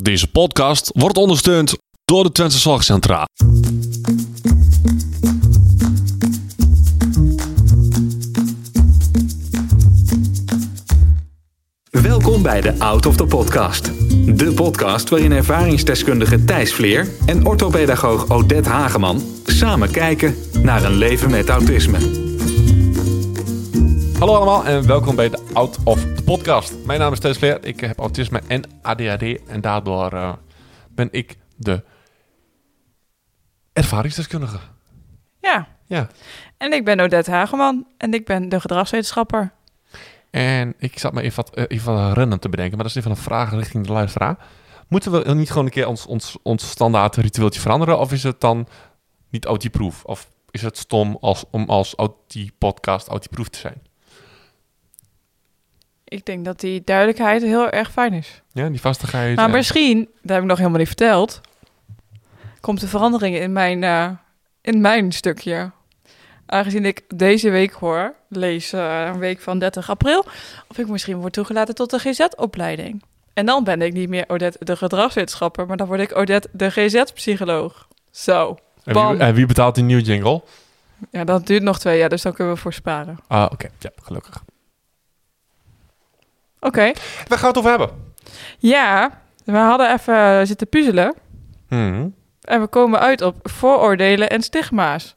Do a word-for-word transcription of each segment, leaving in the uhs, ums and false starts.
Deze podcast wordt ondersteund door de Twentse Zorgcentra. Welkom bij de Out of the Podcast. De podcast waarin ervaringsdeskundige Thijs Vleer en orthopedagoog Odette Hageman samen kijken naar een leven met autisme. Hallo allemaal en welkom bij de Out of the Podcast. Mijn naam is Thijs Vleer, ik heb autisme en A D H D en daardoor uh, ben ik de ervaringsdeskundige. Ja. Ja. En ik ben Odette Hageman en ik ben de gedragswetenschapper. En ik zat me even wat, uh, even wat rennen te bedenken, maar dat is even een vraag richting de luisteraar. Moeten we niet gewoon een keer ons, ons, ons standaard ritueeltje veranderen? Of is het dan niet autieproof? Of is het stom als, om als autie-podcast autieproof te zijn? Ik denk dat die duidelijkheid heel erg fijn is. Ja, die vastigheid. Maar en... misschien, dat heb ik nog helemaal niet verteld, komt er verandering in mijn, uh, in mijn stukje. Aangezien ik deze week hoor, lees uh, een week van dertig april, of ik misschien word toegelaten tot de G Z-opleiding. En dan ben ik niet meer Odette de gedragswetenschapper, maar dan word ik Odette de G Z-psycholoog. Zo, en bam. wie, en wie betaalt die nieuwe jingle? Ja, dat duurt nog twee jaar, dus dan kunnen we voor sparen. Ah, oké. Okay. Ja, gelukkig. Oké. Okay. Waar gaan we het over hebben? Ja, we hadden even zitten puzzelen. Hmm. En we komen uit op vooroordelen en stigma's.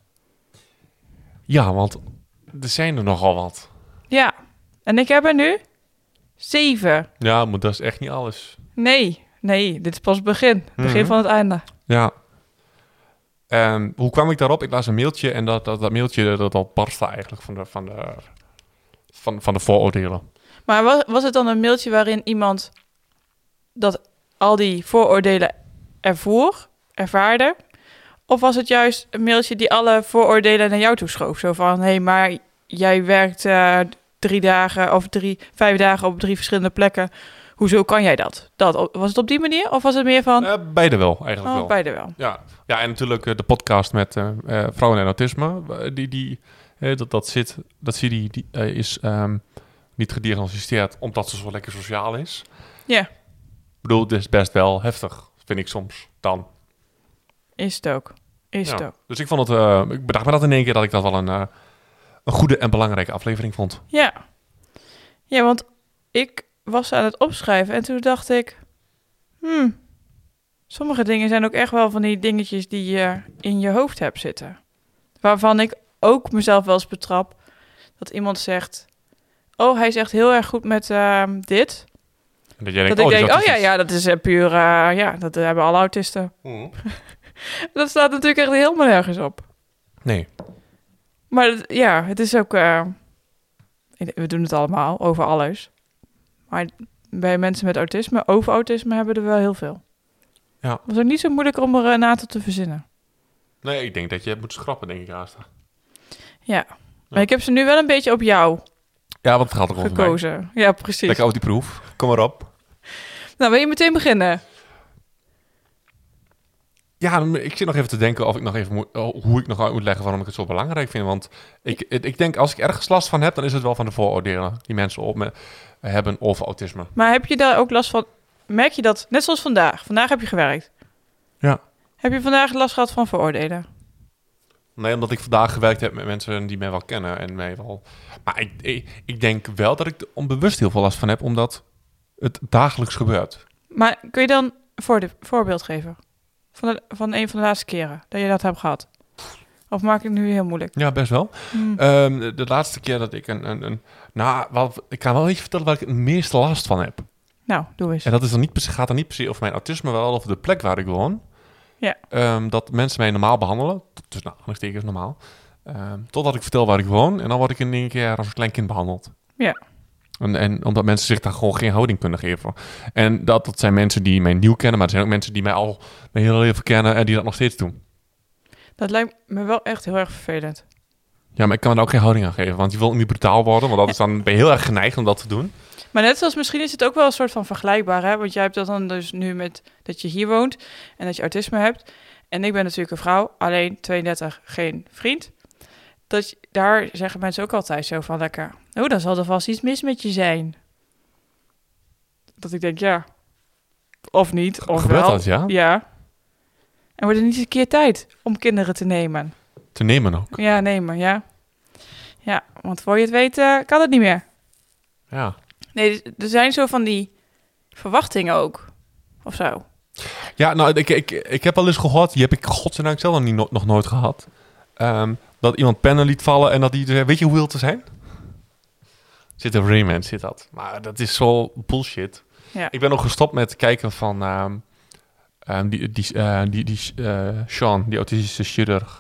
Ja, want er zijn er nogal wat. Ja, en ik heb er nu zeven. Ja, maar dat is echt niet alles. Nee, nee, dit is pas het begin. Het begin Hmm. van het einde. Ja. En hoe kwam ik daarop? Ik las een mailtje en dat, dat, dat mailtje dat al barstte eigenlijk van de, van de, van, van de vooroordelen. Maar was, was het dan een mailtje waarin iemand dat al die vooroordelen ervoer, ervaarde? Of was het juist een mailtje die alle vooroordelen naar jou toe schoof? Zo van, hé, hey, maar jij werkt uh, drie dagen of drie, vijf dagen op drie verschillende plekken. Hoezo kan jij dat? dat? Was het op die manier? Of was het meer van... Uh, beide wel, eigenlijk oh, wel. Beide wel. Ja, ja en natuurlijk uh, de podcast met uh, uh, Vrouwen en Autisme. Uh, die, die, uh, dat, dat zit, dat zie die, die uh, is um, niet gediagnosticeerd omdat ze zo lekker sociaal is. Ja. Ik bedoel, het is best wel heftig, vind ik soms dan. Is het ook. Is ja. het ook. Dus ik vond het, uh, ik bedacht me dat in één keer dat ik dat wel een, uh, een goede en belangrijke aflevering vond. Ja. Ja, want ik was aan het opschrijven en toen dacht ik, hmm, sommige dingen zijn ook echt wel van die dingetjes die je in je hoofd hebt zitten. Waarvan ik ook mezelf wel eens betrap dat iemand zegt, oh, hij is echt heel erg goed met uh, dit. En dat jij denkt, dat oh, ik denk, dat oh ja, ja, dat is uh, puur, uh, ja, dat hebben alle autisten. Mm. Dat staat natuurlijk echt helemaal nergens op. Nee. Maar het, ja, het is ook, uh, we doen het allemaal, over alles. Maar bij mensen met autisme, over autisme, hebben we er wel heel veel. Ja. Het was ook niet zo moeilijk om er een aantal te verzinnen. Nee, ik denk dat je het moet schrappen, denk ik haast. Ja, maar ja. Ik heb ze nu wel een beetje op jou ja, want het gaat ook over gekozen. Ja, precies. Lekker uit die proef. Kom maar op. Nou, wil je meteen beginnen? Ja, ik zit nog even te denken of ik nog even moet, hoe ik nog uit moet leggen waarom ik het zo belangrijk vind. Want ik, ik denk, als ik ergens last van heb, dan is het wel van de vooroordelen die mensen op me hebben over autisme. Maar heb je daar ook last van? Merk je dat, net zoals vandaag? Vandaag heb je gewerkt. Ja. Heb je vandaag last gehad van vooroordelen? Nee, omdat ik vandaag gewerkt heb met mensen die mij wel kennen en mij wel... Maar ik, ik, ik denk wel dat ik er onbewust heel veel last van heb, omdat het dagelijks gebeurt. Maar kun je dan een voor voorbeeld geven? Van, de, van een van de laatste keren dat je dat hebt gehad? Of maak ik het nu heel moeilijk? Ja, best wel. Hmm. Um, de, de laatste keer dat ik een... een, een nou, wat, ik kan wel een beetje vertellen waar ik het meeste last van heb. Nou, doe eens. En dat is dan niet, gaat dan niet per se over mijn autisme, wel over de plek waar ik woon. Ja. Um, dat mensen mij normaal behandelen. Dus nou, aanhalingstekens normaal. Um, totdat ik vertel waar ik woon. En dan word ik in één keer als een klein kind behandeld. Ja. En, en omdat mensen zich daar gewoon geen houding kunnen geven. En dat, dat zijn mensen die mij nieuw kennen. Maar er zijn ook mensen die mij al mijn hele leven kennen. En die dat nog steeds doen. Dat lijkt me wel echt heel erg vervelend. Ja, maar ik kan er ook geen houding aan geven. Want je wil niet brutaal worden. Want dat is dan, ben je heel erg geneigd om dat te doen. Maar net zoals misschien is het ook wel een soort van vergelijkbaar. Hè? Want jij hebt dat dan dus nu met dat je hier woont. En dat je autisme hebt. En ik ben natuurlijk een vrouw. Alleen tweeëndertig, geen vriend. Dat je, daar zeggen mensen ook altijd zo van lekker. Oh, dan zal er vast iets mis met je zijn. Dat ik denk, ja. Of niet, of Gebeurt wel. dat, ja? Ja. En wordt het niet eens een keer tijd om kinderen te nemen? Te nemen ook. Ja, nemen, ja. Ja, want voor je het weet uh, kan het niet meer. Ja. Nee, er zijn zo van die verwachtingen ook. Of zo. Ja, nou, ik, ik, ik heb al eens gehoord, die heb ik godzijdank zelf nog, niet, no- nog nooit gehad. Um, dat iemand pennen liet vallen en dat die... Dus, weet je hoe wil te zijn? Zit een Rayman, zit dat. Maar dat is zo bullshit. Ja. Ik ben nog gestopt met kijken van... Um, um, die, die, uh, die, die uh, Sean, die autistische chirurg.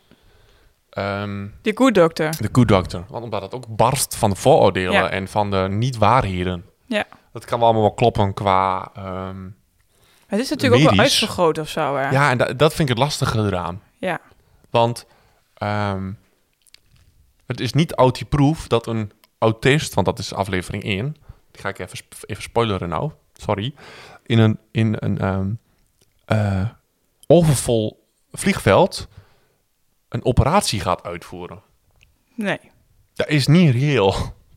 Um, De Good Doctor. De Good Doctor. Want omdat het ook barst van de vooroordelen Ja. en van de niet-waarheden. Ja. Dat kan wel allemaal wel kloppen qua... Um, Het is natuurlijk ook wel medisch. uitvergroot of zo. Hè? Ja, en da- dat vind ik het lastige eraan. Ja. Want um, het is niet autieproof dat een autist... Want dat is aflevering één. Die ga ik even, sp- even spoileren nou. Sorry. In een, in een um, uh, overvol vliegveld... een operatie gaat uitvoeren. Nee. Dat is niet reëel.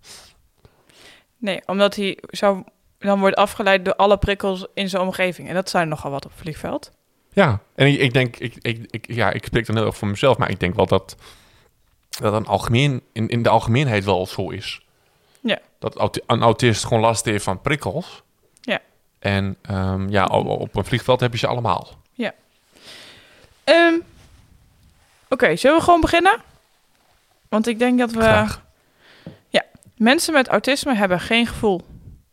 Nee, omdat hij zou dan wordt afgeleid door alle prikkels in zijn omgeving. En dat zijn nogal wat op het vliegveld. Ja, en ik, ik denk... Ik, ik, ik, ja, ik spreek dan heel erg voor mezelf... maar ik denk wel dat... dat een algemeen, in, in de algemeenheid wel zo is. Ja. Dat auti- een autist gewoon last heeft van prikkels. Ja. En um, ja, op, op een vliegveld heb je ze allemaal. Ja. Um, Oké, okay, zullen we gewoon beginnen? Want ik denk dat we... Graag. Ja, mensen met autisme hebben geen gevoel.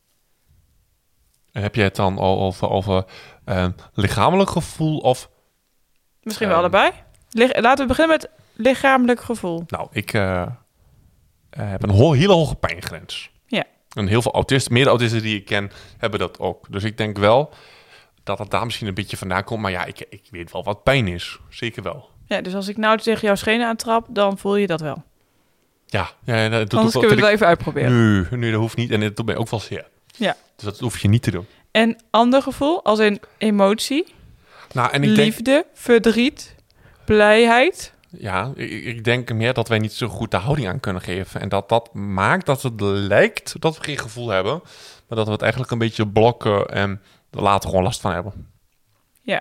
En heb je het dan al over, over um, lichamelijk gevoel of... Misschien um, wel allebei. Lig- Laten we beginnen met lichamelijk gevoel. Nou, ik uh, uh, heb een ho- hele hoge pijngrens. Ja. En heel veel autisten, meer autisten die ik ken, hebben dat ook. Dus ik denk wel dat het daar misschien een beetje vandaan komt. Maar ja, ik, ik weet wel wat pijn is. Zeker wel. Ja, dus als ik nou tegen jouw schenen aantrap, dan voel je dat wel. Ja. ja dat doet Anders ook, kunnen we het ik, wel even uitproberen. Nee, nee, dat hoeft niet. En dat doet mij ook wel zeer. Ja. Dus dat hoef je niet te doen. En ander gevoel, als in emotie, Nou, en ik liefde, denk, verdriet, blijheid. ja, ik, ik denk meer dat wij niet zo goed de houding aan kunnen geven. En dat dat maakt dat het lijkt dat we geen gevoel hebben. Maar dat we het eigenlijk een beetje blokken en er later gewoon last van hebben. Ja.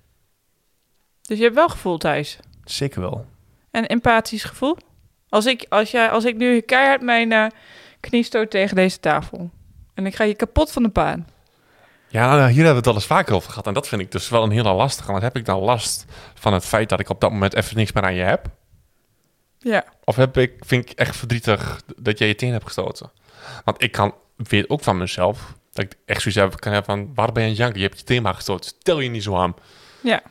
Dus je hebt wel gevoel, Thijs. Zeker wel. En empathisch gevoel? Als ik, als jij, als ik nu keihard mijn uh, knie stoot tegen deze tafel. En ik ga je kapot van de baan. Ja, nou, hier hebben we het al eens vaker over gehad. En dat vind ik dus wel een hele lastige. Want heb ik dan last van het feit dat ik op dat moment even niks meer aan je heb? Ja. Of heb ik, vind ik echt verdrietig dat jij je teen hebt gestoten? Want ik kan, weet ook van mezelf, dat ik echt zoiets heb, kan hebben van, waar ben je aan het janken? Je hebt je teen maar gestoten. Stel je niet zo aan. Ja.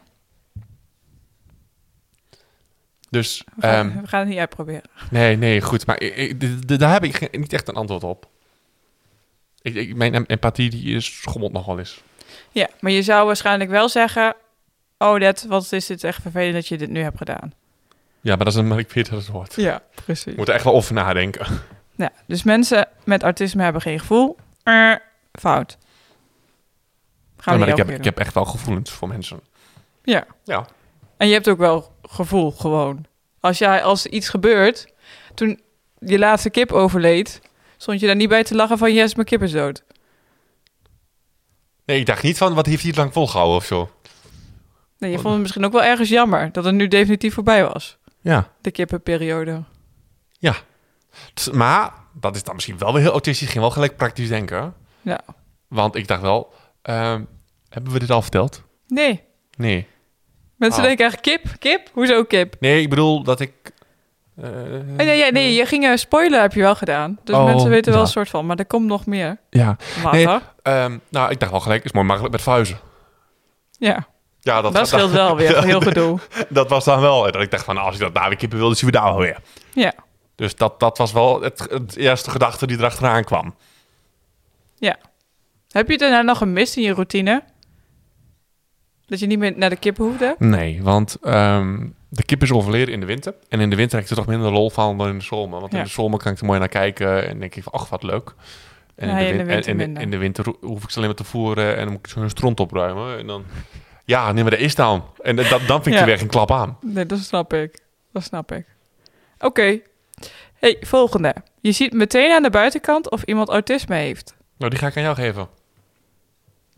Dus, We gaan, um, we gaan het niet uitproberen. nee, nee, goed. Maar ik, ik, d- d- daar heb ik ge- niet echt een antwoord op. Ik, ik, mijn em- empathie die is schommelt nog wel eens. Ja, maar je zou waarschijnlijk wel zeggen... Oh, dat, wat is dit echt vervelend dat je dit nu hebt gedaan. Ja, maar dat is een Mark Peters woord. Ja, precies. Ik moet er echt wel over nadenken. Ja, dus mensen met autisme hebben geen gevoel. Uh, fout. Gaan Ja, we maar niet ik heb, over ik doen. heb echt wel gevoelens voor mensen. Ja. Ja. En je hebt ook wel gevoel, gewoon. Als jij, als er iets gebeurt... Toen je laatste kip overleed... Stond je daar niet bij te lachen van... Yes, mijn kip is dood. Nee, ik dacht niet van, wat heeft hij het lang volgehouden of zo? Nee, je vond het misschien ook wel ergens jammer... dat het nu definitief voorbij was. Ja. De kippenperiode. Ja. Dus, maar, dat is dan misschien wel weer heel autistisch. Ik ging wel gelijk praktisch denken. Ja. Want ik dacht wel, um, hebben we dit al verteld? Nee. Nee. Mensen Oh. denken echt kip, kip? Hoezo kip? Nee, ik bedoel dat ik... Uh, Nee, nee, nee, nee, je ging uh, spoilen, heb je wel gedaan. Dus Oh, mensen weten wel ja. een soort van. Maar er komt nog meer. Ja. Later. Nee, um, nou, ik dacht wel gelijk, is mooi makkelijk met verhuizen. Ja, Ja, dat, dat scheelt wel weer. Heel gedoe. Dat was dan wel. En dat ik dacht van, nou, als je dat daar weer kippen wilde, zien we daar wel weer. Ja, Dus dat, dat was wel het, het eerste gedachte die erachteraan kwam. ja. Heb je het daarna nog gemist in je routine? Dat je niet meer naar de kippen hoefde? Nee, want um, de kip is overleden in de winter. En in de winter heb ik er toch minder lol van dan in de zomer. Want Ja. in de zomer kan ik er mooi naar kijken en denk ik van, ach, wat leuk. En Ja, in, de in de win- winter en in, de, minder. in de winter ho- hoef ik ze alleen maar te voeren en dan moet ik zo'n stront opruimen. En dan, ja, neem maar de is dan. En dat, dan vind ik Ja. er weer geen klap aan. Nee, dat snap ik. Dat snap ik. Oké. Okay. Hey, volgende. Je ziet meteen aan de buitenkant of iemand autisme heeft. Nou, die ga ik aan jou geven.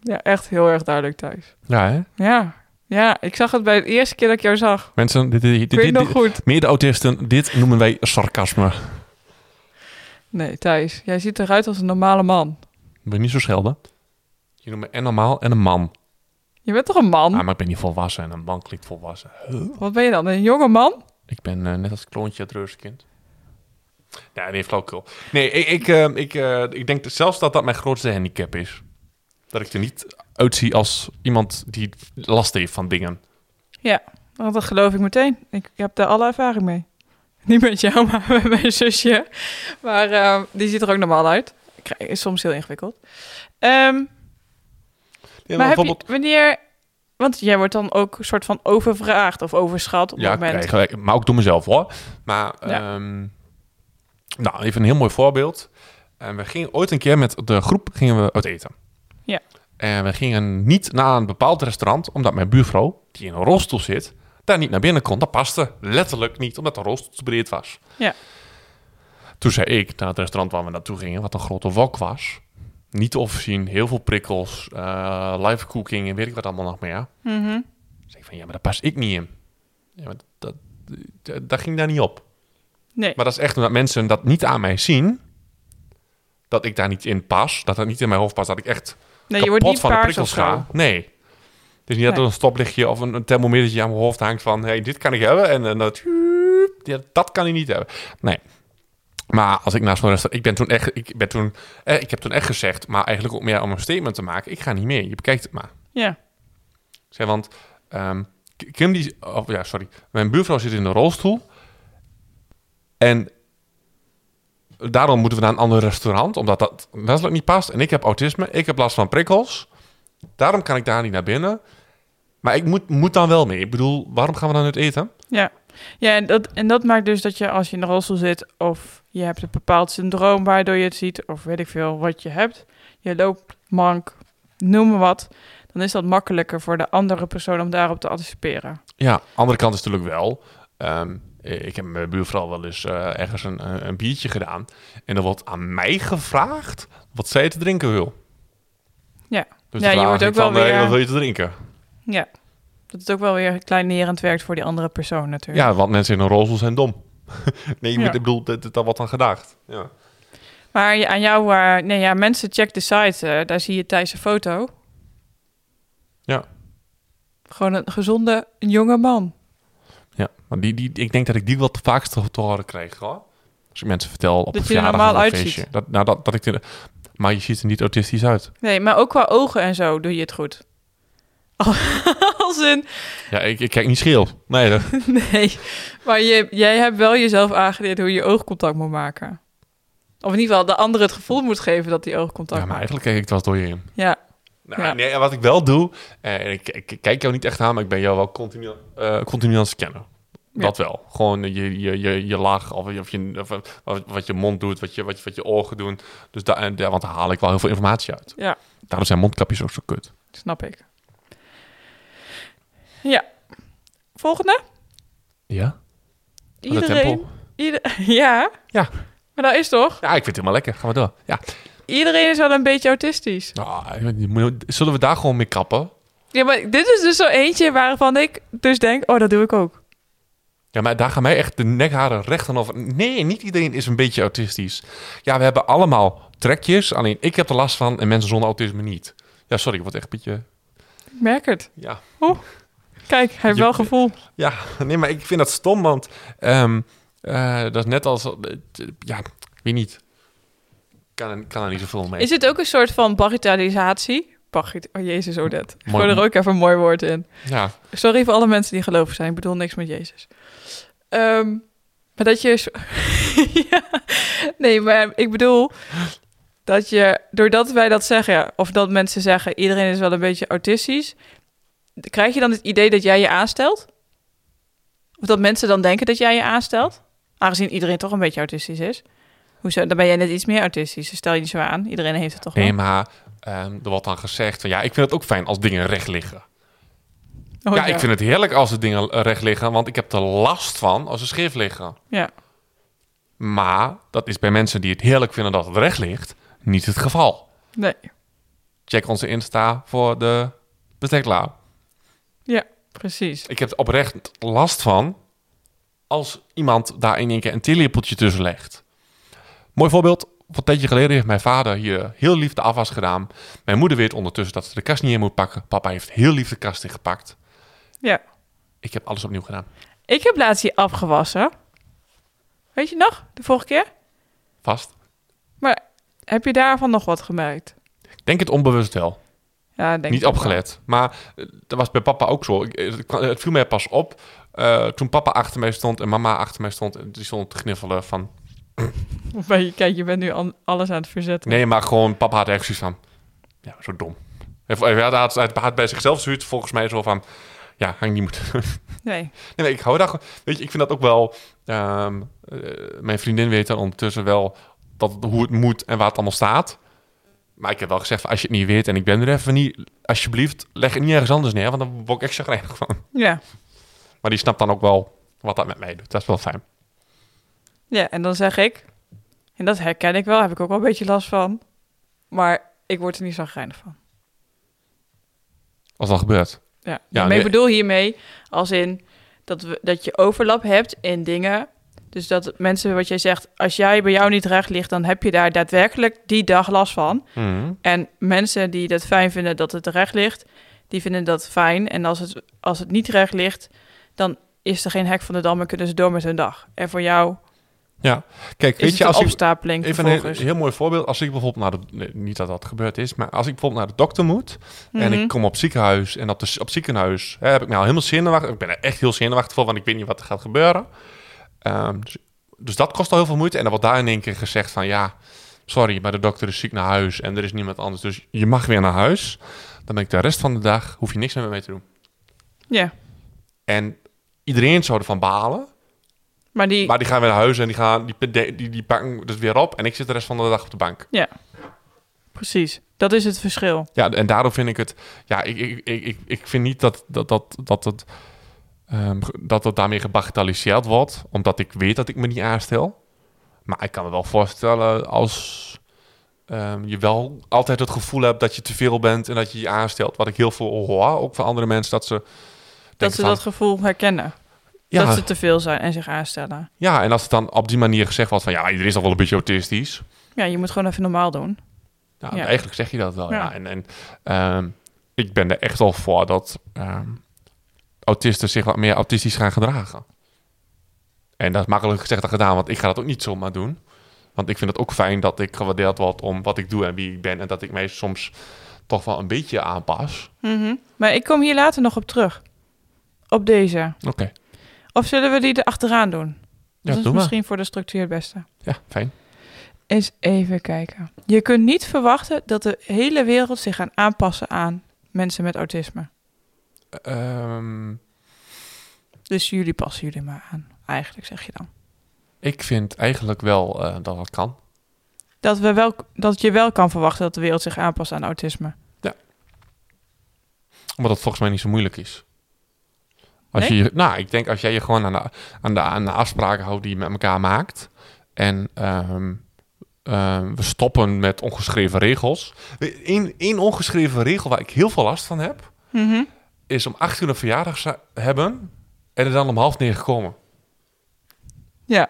Ja, echt heel erg duidelijk thuis. Ja, hè? Ja, ja, ik zag het bij de eerste keer dat ik jou zag. Mensen, dit, dit, dit, Ik weet dit, nog dit, goed. mede-autisten, dit noemen wij sarcasme. Nee, Thijs, jij ziet eruit als een normale man. Ben je niet zo schelden? Je noemt me en normaal en een man. Je bent toch een man? Ah, maar ik ben niet volwassen en een man klinkt volwassen. Huh? Wat ben je dan, een jonge man? Ik ben uh, net als het kloontje het reuzenkind. Ja, nee, flauwkul. Nee, ik, ik, uh, ik, uh, ik denk zelfs dat dat mijn grootste handicap is. Dat ik er niet uitzie als iemand die last heeft van dingen. Ja, want dat geloof ik meteen. Ik, ik heb daar alle ervaring mee. Niet met jou, maar met mijn zusje. Maar uh, die ziet er ook normaal uit. Ik krijg, is soms heel ingewikkeld. Um, Ja, maar heb je, bijvoorbeeld... wanneer... Want jij wordt dan ook een soort van overvraagd of overschat op het Ja, moment. krijg, maar ook door mezelf hoor. Maar, Ja. um, nou, even een heel mooi voorbeeld. Uh, we gingen ooit een keer met de groep gingen we uit eten. Ja. En we gingen niet naar een bepaald restaurant, omdat mijn buurvrouw, die in een rolstoel zit, daar niet naar binnen kon. Dat paste letterlijk niet, omdat de rolstoel te breed was. Ja. Toen zei ik naar het restaurant waar we naartoe gingen, wat een grote wok was. Niet te overzien, heel veel prikkels, uh, live cooking en weet ik wat allemaal nog meer. Mm-hmm. Dan zei ik van, ja, maar daar pas ik niet in. Ja, maar dat, dat, dat ging daar niet op. Nee. Maar dat is echt omdat mensen dat niet aan mij zien, dat ik daar niet in pas, dat dat niet in mijn hoofd past, dat ik echt Nee, je wordt kapot niet van de paars prikkels of zo. ga. Nee. Het is niet dat er Nee. een stoplichtje of een, een thermometertje aan mijn hoofd hangt van, hey, dit kan ik hebben en, en dat, ja, dat kan ik niet hebben. Nee. Maar als ik naar zo'n restaurant... Ik ben toen echt... Ik, ben toen, eh, ik heb toen echt gezegd... Maar eigenlijk ook meer om een statement te maken. Ik ga niet mee. Je bekijkt het maar. Ja. Ik zei, want... Um, Kim die... Oh, ja, sorry. Mijn buurvrouw zit in een rolstoel. En... Daarom moeten we naar een ander restaurant. Omdat dat letterlijk niet past. En ik heb autisme. Ik heb last van prikkels. Daarom kan ik daar niet naar binnen. Maar ik moet, moet dan wel mee. Ik bedoel, waarom gaan we dan uit eten? Ja, ja en, dat, en dat maakt dus dat je als je in de rolstoel zit... of je hebt een bepaald syndroom waardoor je het ziet... of weet ik veel wat je hebt... je loopt mank, noem maar wat... dan is dat makkelijker voor de andere persoon om daarop te anticiperen. Ja, andere kant is natuurlijk wel... Um, ik heb met mijn buurvrouw wel eens uh, ergens een, een biertje gedaan... en er wordt aan mij gevraagd wat zij te drinken wil. Ja, Dus ja je wordt ook wel van, weer... uh, wat wil je te drinken? Ja, dat het ook wel weer kleinerend werkt voor die andere persoon natuurlijk. Ja, want mensen in een rolstoel zijn dom. nee, Ja. ik bedoel, dat, dat wordt dan gedacht. Ja. Maar je- aan jou, uh, nee ja, mensen check de site, uh, daar zie je Thijs' foto. Ja. Gewoon een gezonde, een jonge man. Ja, maar die, die, ik denk dat ik die wel het vaakst te, te horen krijg, hoor. Als ik mensen vertel op Dat een je er verjaardag normaal of een uitziet. feestje. Dat, nou, dat, dat ik de, maar je ziet er niet autistisch uit. Nee, maar ook qua ogen en zo doe je het goed. Als in, Ja, ik, ik kijk niet scheel. Nee, dat, nee, maar je, jij hebt wel jezelf aangeleerd hoe je oogcontact moet maken. Of in ieder geval de ander het gevoel moet geven dat hij oogcontact ja, maar maakt. eigenlijk kijk ik het wel eens door je heen. Ja, Nou, Ja. nee, wat ik wel doe, eh, ik, ik, ik kijk jou niet echt aan, maar ik ben jou wel continu, uh, continu aan het scannen. Ja. Dat wel. Gewoon je, je, je, je lach, of, of, je, of wat, wat je mond doet, wat je, wat je, wat je ogen doen. Dus daar, en daar, want daar haal ik wel heel veel informatie uit. ja, Daarom zijn mondkapjes ook zo kut. snap ik. Ja, volgende. Ja? Wat een Iedereen, tempo. ieder, ja. Ja. Maar dat is toch? Ja, ik vind het helemaal lekker. Gaan we door. Ja. Iedereen is wel een beetje autistisch. Nou, je moet- zullen we daar gewoon mee kappen? Ja, maar dit is dus zo eentje waarvan ik dus denk, oh, dat doe ik ook. Ja, maar daar gaan mij echt de nekharen recht aan over. Nee, niet iedereen is een beetje autistisch. Ja, we hebben allemaal trekjes. Alleen ik heb er last van en mensen zonder autisme niet. Ja, sorry, ik word echt een beetje... Ik merk het. Ja, Kijk, hij heeft Je- wel gevoel. ja nee, maar ik vind dat stom, want... Um, uh, dat is net als... Uh, ja, ik weet niet. Ik kan er, kan er niet zoveel mee. Is het ook een soort van bagatellisatie? Bagit oh, Jezus, Odette. Ik Mooi. gooi er ook even een mooi woord in. Ja, Sorry voor alle mensen die gelovig zijn. Ik bedoel niks met Jezus. Ehm, maar dat je... ja, nee, maar ik bedoel... dat je, doordat wij dat zeggen... of dat mensen zeggen... iedereen is wel een beetje autistisch... krijg je dan het idee dat jij je aanstelt? Of dat mensen dan denken dat jij je aanstelt? Aangezien iedereen toch een beetje autistisch is. Hoezo? Dan ben jij net iets meer autistisch. Dus stel je niet zo aan. Iedereen heeft het toch wel. nee, maar um, er wordt dan gezegd van... Ja, ik vind het ook fijn als dingen recht liggen. Oh, ja, ik vind het heerlijk als de dingen recht liggen... want ik heb er last van als ze scheef liggen. Ja. Maar dat is bij mensen die het heerlijk vinden dat het recht ligt... niet het geval. Nee. check onze Insta voor de bestekla. Ja, precies. Ik heb er oprecht last van als iemand daar in één keer een theelepeltje tussen legt. Mooi voorbeeld. Een tijdje geleden heeft mijn vader hier heel lief de afwas gedaan. Mijn moeder weet ondertussen dat ze de kast niet in moet pakken. Papa heeft heel lief de kast ingepakt. Ja. Ik heb alles opnieuw gedaan. Ik heb laatst die afgewassen. Weet je nog? De vorige keer? Vast. Maar heb je daarvan nog wat gemerkt? Ik denk het onbewust wel. Ja, denk Niet ik opgelet. Maar uh, dat was bij papa ook zo. Ik, het, het viel mij pas op uh, toen papa achter mij stond en mama achter mij stond. En die stond te gniffelen van... Of ben je, kijk, je bent nu an, alles aan het verzetten. Nee, maar gewoon papa had echt zoiets van... Ja, zo dom. Hij had, hij had bij zichzelf zoiets volgens mij zo van... Ja, had ik niet moeten doen. Nee. Nee, nee, ik hou daar gewoon... Weet je, ik vind dat ook wel... Um, uh, mijn vriendin weet dan ondertussen wel dat, hoe het moet en waar het allemaal staat. Maar ik heb wel gezegd, van, als je het niet weet en ik ben er even niet... Alsjeblieft, leg het niet ergens anders neer, want dan word ik echt chagrijnig van. Ja. Maar die snapt dan ook wel wat dat met mij doet. Dat is wel fijn. Ja, en dan zeg ik... En dat herken ik wel, heb ik ook wel een beetje last van. Maar ik word er niet zo chagrijnig van. Als dat gebeurt. Ja, Ja, ja nee. ik bedoel hiermee als in dat, we, dat je overlap hebt in dingen. Dus dat mensen, wat jij zegt, als jij bij jou niet recht ligt, dan heb je daar daadwerkelijk die dag last van. Mm. En mensen die het fijn vinden dat het recht ligt, die vinden dat fijn. En als het, als het niet recht ligt, dan is er geen hek van de dam en kunnen ze door met hun dag. En voor jou Ja, kijk, is weet het je, een als ik... opstapeling Even een vervolgens. heel, heel mooi voorbeeld. Als ik bijvoorbeeld naar de... Nee, niet dat dat gebeurd is, maar als ik bijvoorbeeld naar de dokter moet... en Mhm. ik kom op ziekenhuis en op, de, op ziekenhuis hè, heb ik me al helemaal zenuwachtig... Ik ben er echt heel zenuwachtig voor, want ik weet niet wat er gaat gebeuren. Um, dus, dus dat kost al heel veel moeite. En dan wordt daar in één keer gezegd van... ja, sorry, maar de dokter is ziek naar huis en er is niemand anders. Dus je mag weer naar huis. Dan ben ik de rest van de dag... hoef je niks meer met mij te doen. Ja, En iedereen zou ervan balen... maar die... Maar die gaan weer naar huis en die, gaan, die, die, die, die pakken dus weer op. En ik zit de rest van de dag op de bank. Ja, precies. Dat is het verschil. Ja, en daardoor vind ik het... Ja, ik, ik, ik, ik, ik vind niet dat, dat, dat, dat, het, um, dat het daarmee gebagatelliseerd wordt. Omdat ik weet dat ik me niet aanstel. Maar ik kan me wel voorstellen als um, je wel altijd het gevoel hebt dat je te veel bent en dat je je aanstelt. Wat ik heel veel hoor, ook van andere mensen, dat ze... Dat ze van, dat gevoel herkennen. ja, Dat ze te veel zijn en zich aanstellen. ja, en als het dan op die manier gezegd wordt van... Ja, iedereen is toch wel een beetje autistisch. Ja, je moet gewoon even normaal doen. Nou, Ja. eigenlijk zeg je dat wel, ja. Ja. En, en um, ik ben er echt wel voor dat um, autisten zich wat meer autistisch gaan gedragen. En dat is makkelijk gezegd dan gedaan, want ik ga dat ook niet zomaar doen. Want ik vind het ook fijn dat ik gewaardeerd word om wat ik doe en wie ik ben. En dat ik mij soms toch wel een beetje aanpas. Mm-hmm. Maar ik kom hier later nog op terug. Op deze. Oké, okay. Of zullen we die er achteraan doen? Ja, Dat is doe misschien maar. voor de structuur het beste. Ja, fijn. Eens even kijken. Je kunt niet verwachten dat de hele wereld zich gaat aanpassen aan mensen met autisme. Um, Dus jullie passen jullie maar aan. Eigenlijk zeg je dan. ik vind eigenlijk wel uh, dat dat kan. Dat, we wel, dat je wel kan verwachten dat de wereld zich aanpast aan autisme. Omdat het volgens mij niet zo moeilijk is. Als Nee? je, nou, ik denk als jij je gewoon aan de, aan, de, aan de afspraken houdt die je met elkaar maakt. En um, um, we stoppen met ongeschreven regels. Eén, één ongeschreven regel waar ik heel veel last van heb... Mm-hmm. is om acht uur een verjaardag za- hebben... en er dan om half negen komen. Ja.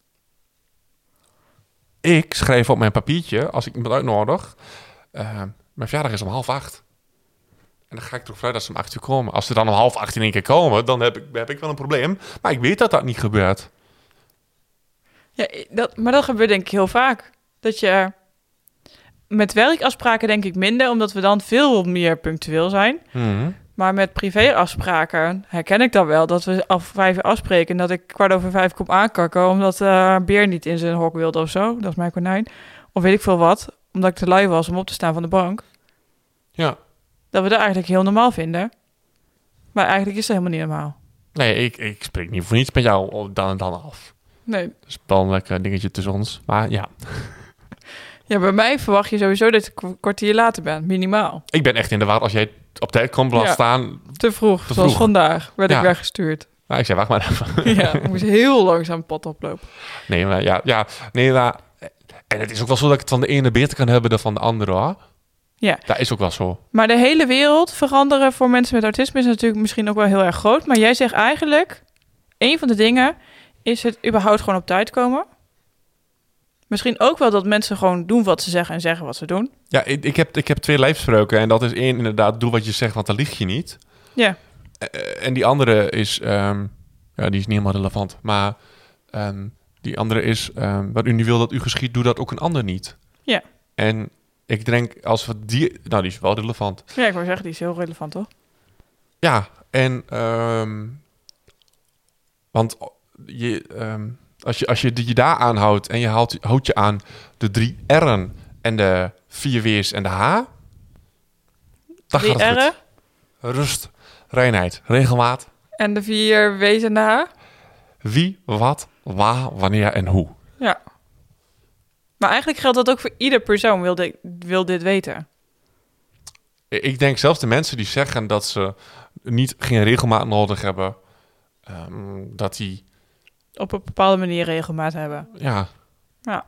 Ik schrijf op mijn papiertje, als ik iemand uitnodig... Uh, mijn verjaardag is om half acht. En dan ga ik erop vanuit dat ze om acht uur komen. Als ze dan om half acht in één keer komen... dan heb ik, heb ik wel een probleem. Maar ik weet dat dat niet gebeurt. Ja, dat, maar dat gebeurt denk ik heel vaak. Dat je met werkafspraken denk ik minder, omdat we dan veel meer punctueel zijn. Mm-hmm. Maar met privéafspraken herken ik dan wel dat we af vijf uur afspreken en dat ik kwart over vijf kom aankakken omdat uh, Beer niet in zijn hok wilde of zo. Dat is mijn konijn. Of weet ik veel wat, omdat ik te lui was om op te staan van de bank. Ja. Dat we dat eigenlijk heel normaal vinden. Maar eigenlijk is dat helemaal niet normaal. Nee, ik, ik spreek niet voor niets met jou dan en dan af. Nee. Dat is wel een lekker dingetje tussen ons. Maar ja, Ja, bij mij verwacht je sowieso dat ik een kwartier later ben, minimaal. ik ben echt in de war. Als jij op tijd komt laat Ja. staan... Te vroeg, Te zoals vroeg. vandaag werd Ja. ik weggestuurd. Nou, ik zei, wacht maar even. Ja, ik moest heel langzaam het pad oplopen. Nee, maar ja, ja, nee, maar... En het is ook wel zo dat ik het van de ene beter kan hebben dan van de andere, hoor. Ja. Dat is ook wel zo. Maar de hele wereld veranderen voor mensen met autisme is natuurlijk misschien ook wel heel erg groot. Maar jij zegt eigenlijk, een van de dingen is het überhaupt gewoon op tijd komen. Misschien ook wel dat mensen gewoon doen wat ze zeggen en zeggen wat ze doen. Ja, ik, ik, heb, ik heb twee lijfspreuken. En dat is één, inderdaad, doe wat je zegt, want dan lieg je niet. Ja. Uh, en die andere is... Um, ja, die is niet helemaal relevant. Maar um, die andere is... Um, wat u niet wil dat u geschiet, doe dat ook een ander niet. Ja. En ik denk, als we die... Nou, die is wel relevant. Ja, ik wou zeggen, die is heel relevant, toch? Ja, en... Um, want je... Um, Als je, als je je daar aanhoudt en je houdt, houdt je aan de drie R'en en de vier W's en de H, dan drie gaat het R'en? goed. Rust, reinheid, regelmaat. En de vier W's en de H? Wie, wat, waar, wanneer en hoe. Ja. Maar eigenlijk geldt dat ook voor ieder persoon wil dit, wil dit weten. Ik denk zelfs de mensen die zeggen dat ze niet geen regelmaat nodig hebben, um, dat die... Op een bepaalde manier regelmaat hebben. Ja. Ja.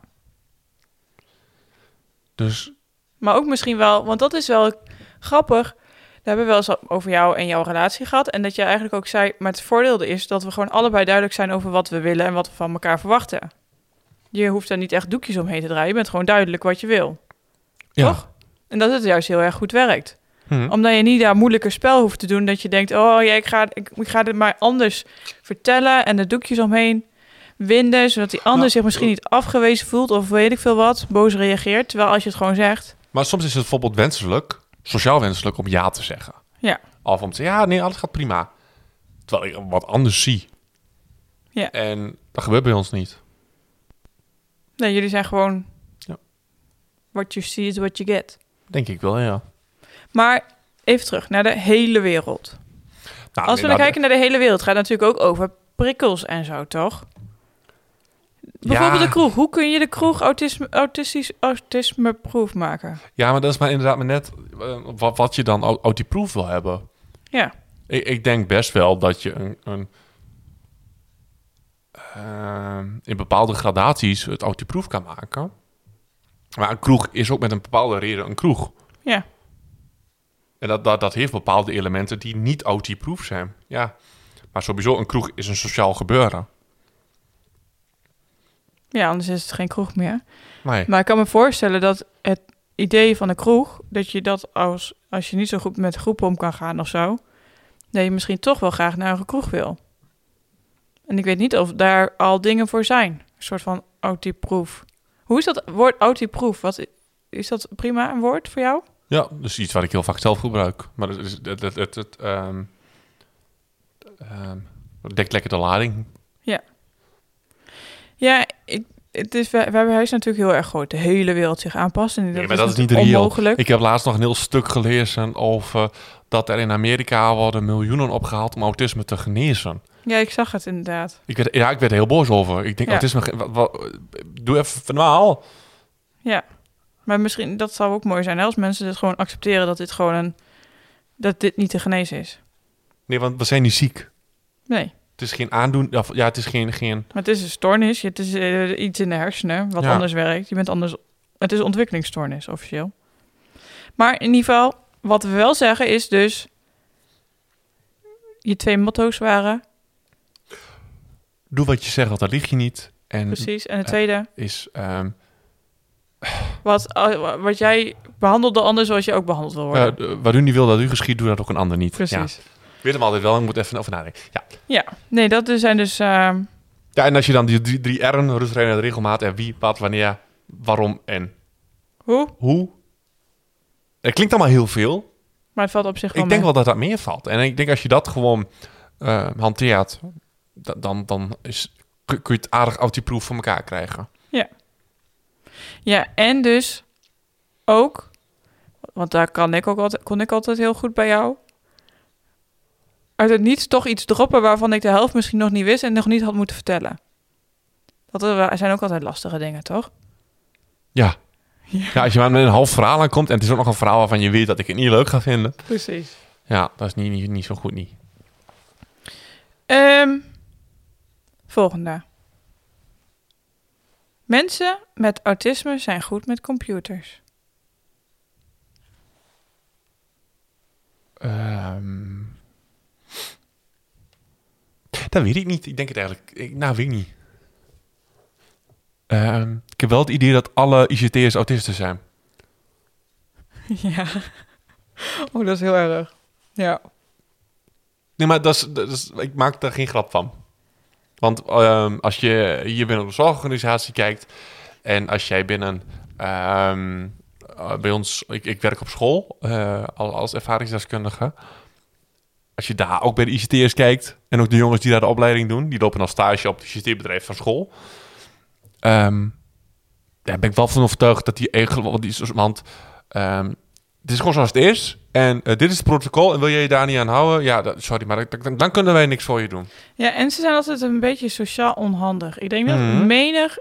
Dus... Maar ook misschien wel, want dat is wel grappig. Daar hebben we wel eens over jou en jouw relatie gehad. En dat je eigenlijk ook zei, maar het voordeel is dat we gewoon allebei duidelijk zijn over wat we willen en wat we van elkaar verwachten. Je hoeft daar niet echt doekjes omheen te draaien. Je bent gewoon duidelijk wat je wil. Ja. Toch? En dat het juist heel erg goed werkt. Hm. Omdat je niet daar moeilijker spel hoeft te doen. Dat je denkt, oh ja, ik ga, ik, ik ga dit maar anders vertellen. En de doekjes omheen winden. Zodat die ander Nou, zich misschien niet afgewezen voelt. Of weet ik veel wat. Boos reageert. Terwijl als je het gewoon zegt. Maar soms is het bijvoorbeeld wenselijk, sociaal wenselijk, om ja te zeggen. Ja. Of om te zeggen, ja, nee, alles gaat prima. Terwijl ik wat anders zie. Ja. En dat gebeurt bij ons niet. Nee, jullie zijn gewoon... Ja. What you see is what you get. Denk ik wel, ja. Maar even terug naar de hele wereld. Nou, Als we nee, dan nou, kijken naar de hele wereld, gaat het natuurlijk ook over prikkels en zo, toch? Bijvoorbeeld Ja. de kroeg. Hoe kun je de kroeg autisme, autistisch autisme-proof maken? Ja, maar dat is maar inderdaad maar net uh, wat, wat je dan autiproof wil hebben. Ja. Ik, ik denk best wel dat je een, een uh, in bepaalde gradaties het autiproof kan maken. Maar een kroeg is ook met een bepaalde reden een kroeg. Ja. En dat, dat, dat heeft bepaalde elementen die niet autiproof zijn. Ja. Maar sowieso, een kroeg is een sociaal gebeuren. Ja, anders is het geen kroeg meer. Nee. Maar ik kan me voorstellen dat het idee van een kroeg... dat je dat als, als je niet zo goed met groepen om kan gaan of zo... dat je misschien toch wel graag naar een kroeg wil. En ik weet niet of daar al dingen voor zijn. Een soort van autiproof. Hoe is dat woord autiproof? Wat, is dat prima een woord voor jou? Ja, dus iets wat ik heel vaak zelf gebruik. Maar het, is, het, het, het, het, um, um, het dekt lekker de lading. Ja. Ja, ik, het is, we, we hebben huis natuurlijk heel erg groot. De hele wereld zich aanpast. En dat Nee, maar is dat is niet natuurlijk reëel. onmogelijk. Ik heb laatst nog een heel stuk gelezen over dat er in Amerika worden miljoenen opgehaald om autisme te genezen. Ja, ik zag het inderdaad. Ik werd, ja, ik werd er heel boos over. Ik denk, Ja. autisme, ge- wat, wat, doe even normaal. Ja. Maar misschien, dat zou ook mooi zijn hè, als mensen dus gewoon accepteren dat dit gewoon een... dat dit niet te genezen is. Nee, want we zijn niet ziek. Nee. Het is geen aandoen. Of, ja, het is geen, geen... Maar het is een stoornis. Het is uh, iets in de hersenen wat Ja. anders werkt. Je bent anders... Het is een ontwikkelingsstoornis, officieel. Maar in ieder geval, wat we wel zeggen is dus... Je twee motto's waren... Doe wat je zegt, want dat lieg je niet. En Precies. En de tweede... is... Um, Wat, uh, wat jij behandelt de ander zoals je ook behandeld wil worden. uh, wat u niet wil dat u geschiet, doe dat ook een ander niet. Precies. Ja. Ik weet hem altijd wel, ik moet even over nadenken. Ja. Ja. Nee, dat zijn dus... Uh, Ja, en als je dan die drie, drie R'en, rust, reinheid, regelmaat en wie, wat, wanneer, waarom en hoe? hoe. Het klinkt allemaal heel veel. Maar het valt op zich wel Ik denk mee. wel dat dat meer valt. En ik denk als je dat gewoon uh, hanteert, da- dan, dan is, kun kun je het aardig autiproof voor elkaar krijgen. Ja. Ja, en dus ook... Want daar kan ik ook altijd, kon ik altijd heel goed bij jou... uit het niets toch iets droppen waarvan ik de helft misschien nog niet wist... en nog niet had moeten vertellen. Dat er zijn ook altijd lastige dingen, toch? Ja. Ja. Ja, als je maar met een half verhaal aankomt en het is ook nog een verhaal waarvan je weet dat ik het niet leuk ga vinden. Precies. Ja, dat is niet, niet, niet zo goed niet. Um, volgende. Mensen met autisme zijn goed met computers. Um, dat weet ik niet. Ik denk het eigenlijk... Ik, nou, weet ik niet. Um, ik heb wel het idee dat alle I C T'ers autisten zijn. Ja. Oh, dat is heel erg. Ja. Nee, maar dat is, dat is, ik maak daar geen grap van. Want um, als je hier binnen een zorgorganisatie kijkt... en als jij binnen... Um, uh, bij ons... Ik, ik werk op school uh, als ervaringsdeskundige. Als je daar ook bij de I C T'ers kijkt... en ook de jongens die daar de opleiding doen... die lopen dan stage op het I C T-bedrijf van school... Um, daar ben ik wel van overtuigd dat die eigenlijk... Want um, het is gewoon zoals het is... En uh, dit is het protocol en wil je je daar niet aan houden? Ja, dat, sorry, maar dan, dan kunnen wij niks voor je doen. Ja, en ze zijn altijd een beetje sociaal onhandig. Ik denk dat Mm-hmm. menig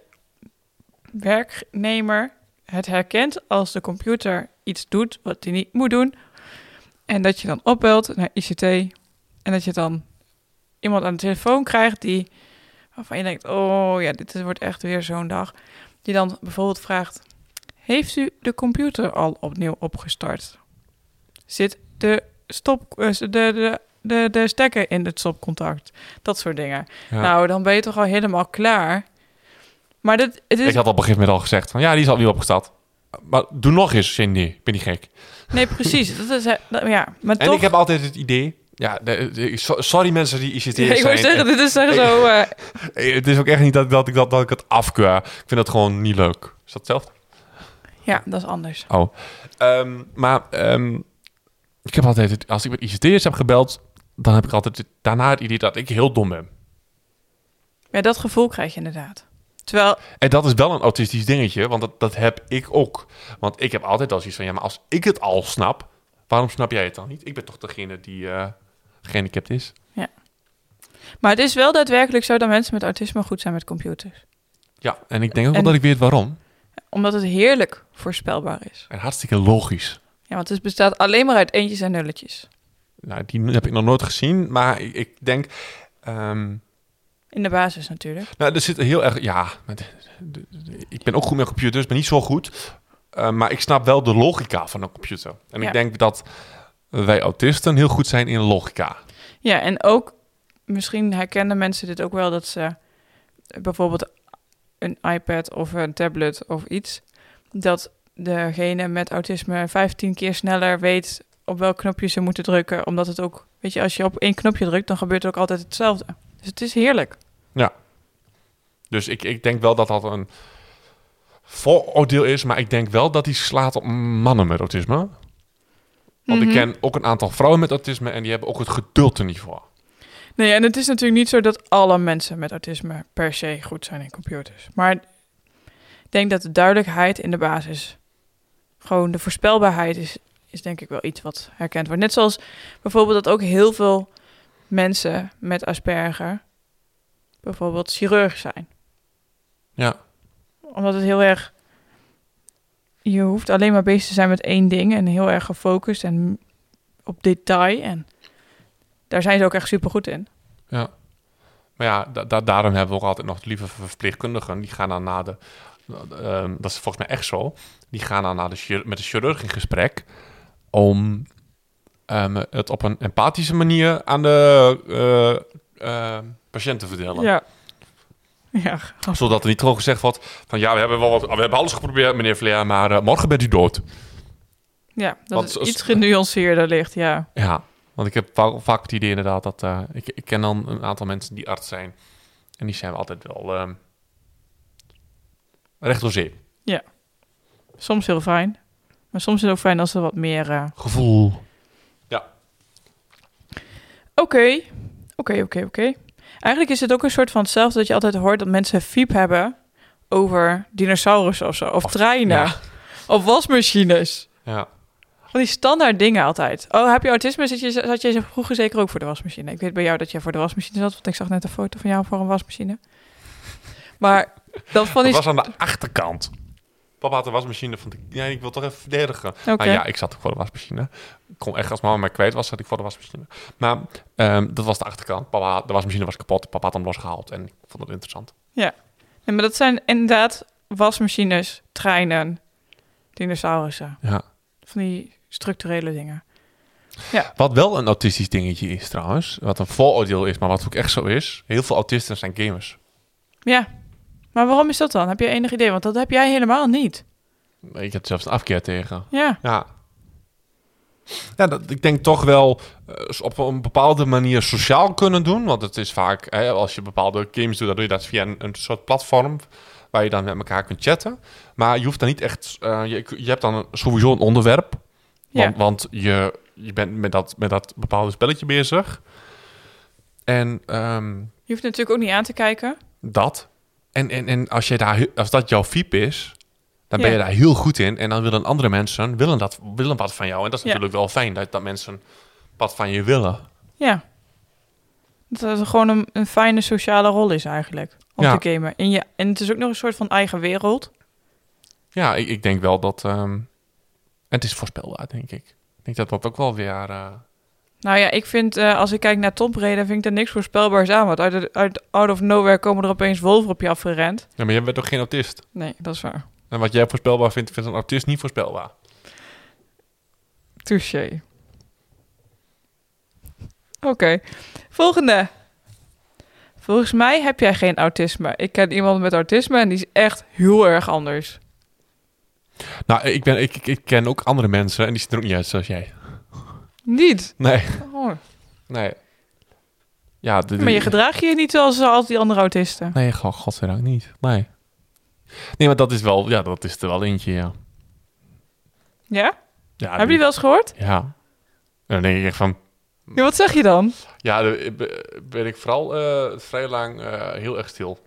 werknemer het herkent als de computer iets doet wat hij niet moet doen. En dat je dan opbelt naar I C T en dat je dan iemand aan de telefoon krijgt die waarvan je denkt, oh ja, dit wordt echt weer zo'n dag. Die dan bijvoorbeeld vraagt, heeft u de computer al opnieuw opgestart? Zit de, stop, de, de, de, de stekker in het stopcontact? Dat soort dingen. Ja. Nou, dan ben je toch al helemaal klaar. Maar dit, het is... Ik had op een gegeven moment al gezegd van... ja, die is alweer opgestart. Maar doe nog eens. Nee, ik ben niet gek. Nee, precies. Dat is, dat, ja, maar En toch... ik heb altijd het idee... Ja, de, de, so, sorry mensen die I C T'ers Ja, ik zijn. moet zeggen, dit is echt ik, zo... Uh... Het is ook echt niet dat, dat, ik, dat, dat ik het afkeur. Ik vind dat gewoon niet leuk. Is dat hetzelfde? Ja, dat is anders. Oh. Um, maar um, ik heb altijd... Het, als ik met I C T'ers heb gebeld... dan heb ik altijd het, daarna het idee dat ik heel dom ben. Ja, dat gevoel krijg je inderdaad. Terwijl... En dat is wel een autistisch dingetje, want dat, dat heb ik ook. Want ik heb altijd al zoiets van, ja, maar als ik het al snap, waarom snap jij het dan niet? Ik ben toch degene die uh, gehandicapt is. Ja. Maar het is wel daadwerkelijk zo dat mensen met autisme goed zijn met computers. Ja, en ik denk ook en, wel dat ik weet waarom. Omdat het heerlijk voorspelbaar is. En hartstikke logisch. Ja, want het bestaat alleen maar uit eentjes en nulletjes. Nou, die heb ik nog nooit gezien, maar ik, ik denk... Um, In de basis natuurlijk. Nou, er zit heel erg... Ja, met, de, de, ik ben ook goed met computers, maar niet zo goed. Uh, maar ik snap wel de logica van een computer. En ja. ik denk dat wij autisten heel goed zijn in logica. Ja, en ook... Misschien herkennen mensen dit ook wel, dat ze bijvoorbeeld een iPad of een tablet of iets... dat degene met autisme vijftien keer sneller weet op welk knopje ze moeten drukken. Omdat het ook... Weet je, als je op één knopje drukt, dan gebeurt het ook altijd hetzelfde. Dus het is heerlijk. Ja. Dus ik, ik denk wel dat dat een vooroordeel is, maar ik denk wel dat die slaat op mannen met autisme. Want mm-hmm. ik ken ook een aantal vrouwen met autisme en die hebben ook het geduld er niet voor. Nee, en het is natuurlijk niet zo dat alle mensen met autisme per se goed zijn in computers. Maar ik denk dat de duidelijkheid in de basis, gewoon de voorspelbaarheid is, is denk ik wel iets wat herkend wordt. Net zoals bijvoorbeeld dat ook heel veel mensen met Asperger bijvoorbeeld chirurg zijn. Ja. Omdat het heel erg... Je hoeft alleen maar bezig te zijn met één ding en heel erg gefocust en op detail. En daar zijn ze ook echt super goed in. Ja. Maar ja, da- da- daarom hebben we ook altijd nog de lieve verpleegkundigen. Die gaan dan naar de... Uh, dat is volgens mij echt zo. Die gaan dan naar de chir- met de chirurg in gesprek om um, het op een empathische manier aan de uh, uh, patiënt te verdelen. Ja. Ja. Zodat er niet gewoon gezegd wordt van ja, we hebben, wel wat, we hebben alles geprobeerd, meneer Vleer, maar uh, morgen bent u dood. Ja, dat want, het iets genuanceerder ligt, ja. Ja, want ik heb va- vaak het idee inderdaad dat... Uh, ik, ik ken dan een aantal mensen die arts zijn. En die zijn altijd wel uh, recht door zee. Ja. Soms heel fijn. Maar soms is het ook fijn als er wat meer... Uh... Gevoel. Ja. Oké. Oké, oké, oké. Eigenlijk is het ook een soort van hetzelfde dat je altijd hoort dat mensen fiep hebben over dinosaurussen of zo. Of, of treinen. Ja. Of wasmachines. Ja. Van die standaard dingen altijd. Oh, heb je autisme? Zat je, zat je vroeger zeker ook voor de wasmachine? Ik weet bij jou dat je voor de wasmachine zat, want ik zag net een foto van jou voor een wasmachine. Maar dat van die... Dat was aan de achterkant. Papa had een wasmachine van... De... Ja, ik wil toch even verdedigen. Okay. Maar ja, ik zat ook voor de wasmachine. Ik kon echt, als mama mij kwijt was, zat ik voor de wasmachine. Maar um, dat was de achterkant. Papa, de wasmachine was kapot. Papa had hem losgehaald en ik vond het interessant. Ja, nee, maar dat zijn inderdaad wasmachines, treinen, dinosaurussen. Ja. Van die structurele dingen. Ja. Wat wel een autistisch dingetje is trouwens, wat een vooroordeel is, maar wat ook echt zo is. Heel veel autisten zijn gamers. Ja. Maar waarom is dat dan? Heb je enig idee? Want dat heb jij helemaal niet. Ik heb zelfs een afkeer tegen. Ja. Ja. Ja, dat, ik denk toch wel uh, op een bepaalde manier sociaal kunnen doen. Want het is vaak, hè, als je bepaalde games doet, dan doe je dat via een, een soort platform waar je dan met elkaar kunt chatten. Maar je hoeft dan niet echt, uh, je, je hebt dan sowieso een onderwerp. Want, Ja. want je, je bent met dat, met dat bepaalde spelletje bezig. En um, Je hoeft natuurlijk ook niet aan te kijken. dat. En, en, en als, je daar, als dat jouw fiep is, dan ben Ja. je daar heel goed in. En dan willen andere mensen willen dat, willen wat van jou. En dat is Ja. natuurlijk wel fijn, dat, dat mensen wat van je willen. Ja. Dat het gewoon een, een fijne sociale rol is eigenlijk. Om Ja. te gamen. En, je, en het is ook nog een soort van eigen wereld. Ja, ik, ik denk wel dat... Um, en het is voorspelbaar, denk ik. Ik denk dat dat ook wel weer... Uh, Nou ja, ik vind, uh, als ik kijk naar Tomb Raider, vind ik er niks voorspelbaars aan. Want uit, de- uit out of nowhere komen er opeens wolven op je afgerend. ja, maar jij bent toch geen autist? Nee, dat is waar. En wat jij voorspelbaar vindt, vindt een autist niet voorspelbaar. Touché. Oké, volgende. Volgens mij heb jij geen autisme. Ik ken iemand met autisme en die is echt heel erg anders. Nou, ik, ben, ik, ik, ik ken ook andere mensen en die zien er ook niet uit zoals jij. Niet? Nee, Oh. nee. Ja, de, de- Maar je gedraag je niet zoals als die andere autisten. Nee, god, godzijdank niet. Nee. Nee, maar dat is wel... Ja, dat is er wel eentje, ja. Ja? ja Heb je die wel eens gehoord? Ja. En dan denk ik echt van... Ja, wat zeg je dan? Ja, dan be- ben ik vooral uh, vrij lang uh, heel erg stil.